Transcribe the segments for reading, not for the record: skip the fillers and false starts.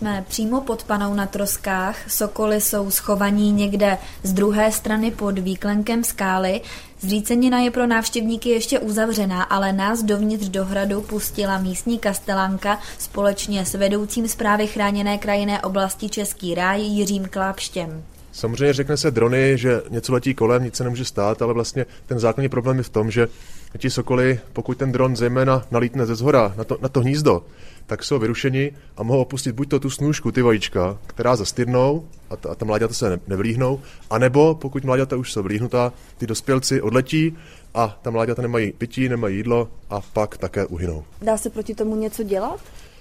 Jsme přímo pod Panou na Troskách, sokoly jsou schovaní někde z druhé strany pod výklenkem skály. Zřícenina je pro návštěvníky ještě uzavřená, ale nás dovnitř do hradu pustila místní kastelánka společně s vedoucím správy chráněné krajinné oblasti Český ráj Jiřím Klápštěm. Samozřejmě řekne se drony, že něco letí kolem, nic se nemůže stát, ale vlastně ten základní problém je v tom, že ti sokoly, pokud ten dron zejména nalítne ze zhora na to hnízdo, tak jsou vyrušeni a mohou opustit buď to tu snůžku, ty vajíčka, která zastyrnou a ta mláďata se nevylíhnou, anebo pokud mláďata už jsou vylíhnutá, ty dospělci odletí a ta mláďata nemají pití, nemají jídlo a pak také uhynou. Dá se proti tomu něco dělat?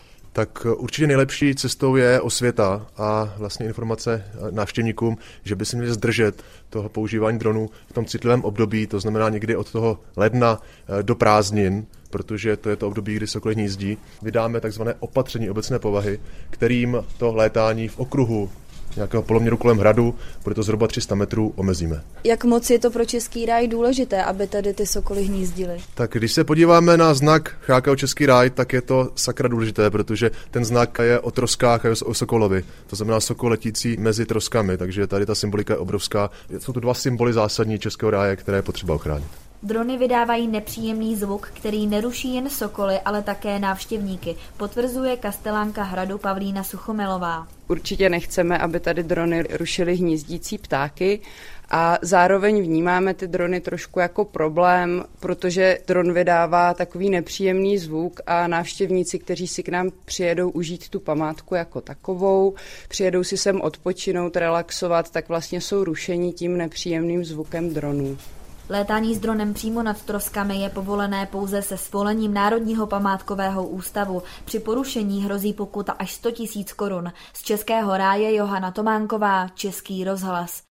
Tak určitě nejlepší cestou je osvěta a vlastně informace návštěvníkům, že by se měli zdržet toho používání dronů v tom citlivém období, to znamená někdy od toho ledna do prázdnin, protože to je to období, kdy sokoly hnízdí. Vydáme takzvané opatření obecné povahy, kterým to létání v okruhu nějakého poloměru kolem hradu, bude to zhruba 300 metrů, omezíme. Jak moc je to pro Český ráj důležité, aby tady ty sokoly hnízdily? Tak když se podíváme na znak CHKO Český ráj, tak je to sakra důležité, protože ten znak je o troskách a o sokolovi. To znamená sokol letící mezi troskami, takže tady ta symbolika je obrovská. Jsou to dva symboly zásadní Českého ráje, které je potřeba ochránit. Drony vydávají nepříjemný zvuk, který neruší jen sokoly, ale také návštěvníky, potvrzuje kastelánka hradu Pavlína Suchomelová. Určitě nechceme, aby tady drony rušily hnízdící ptáky a zároveň vnímáme ty drony trošku jako problém, protože dron vydává takový nepříjemný zvuk a návštěvníci, kteří si k nám přijedou užít tu památku jako takovou, přijedou si sem odpočinout, relaxovat, tak vlastně jsou rušení tím nepříjemným zvukem dronů. Létání s dronem přímo nad troskami je povolené pouze se svolením Národního památkového ústavu. Při porušení hrozí pokuta až 100 000 korun. Z Českého ráje Johana Tománková, Český rozhlas.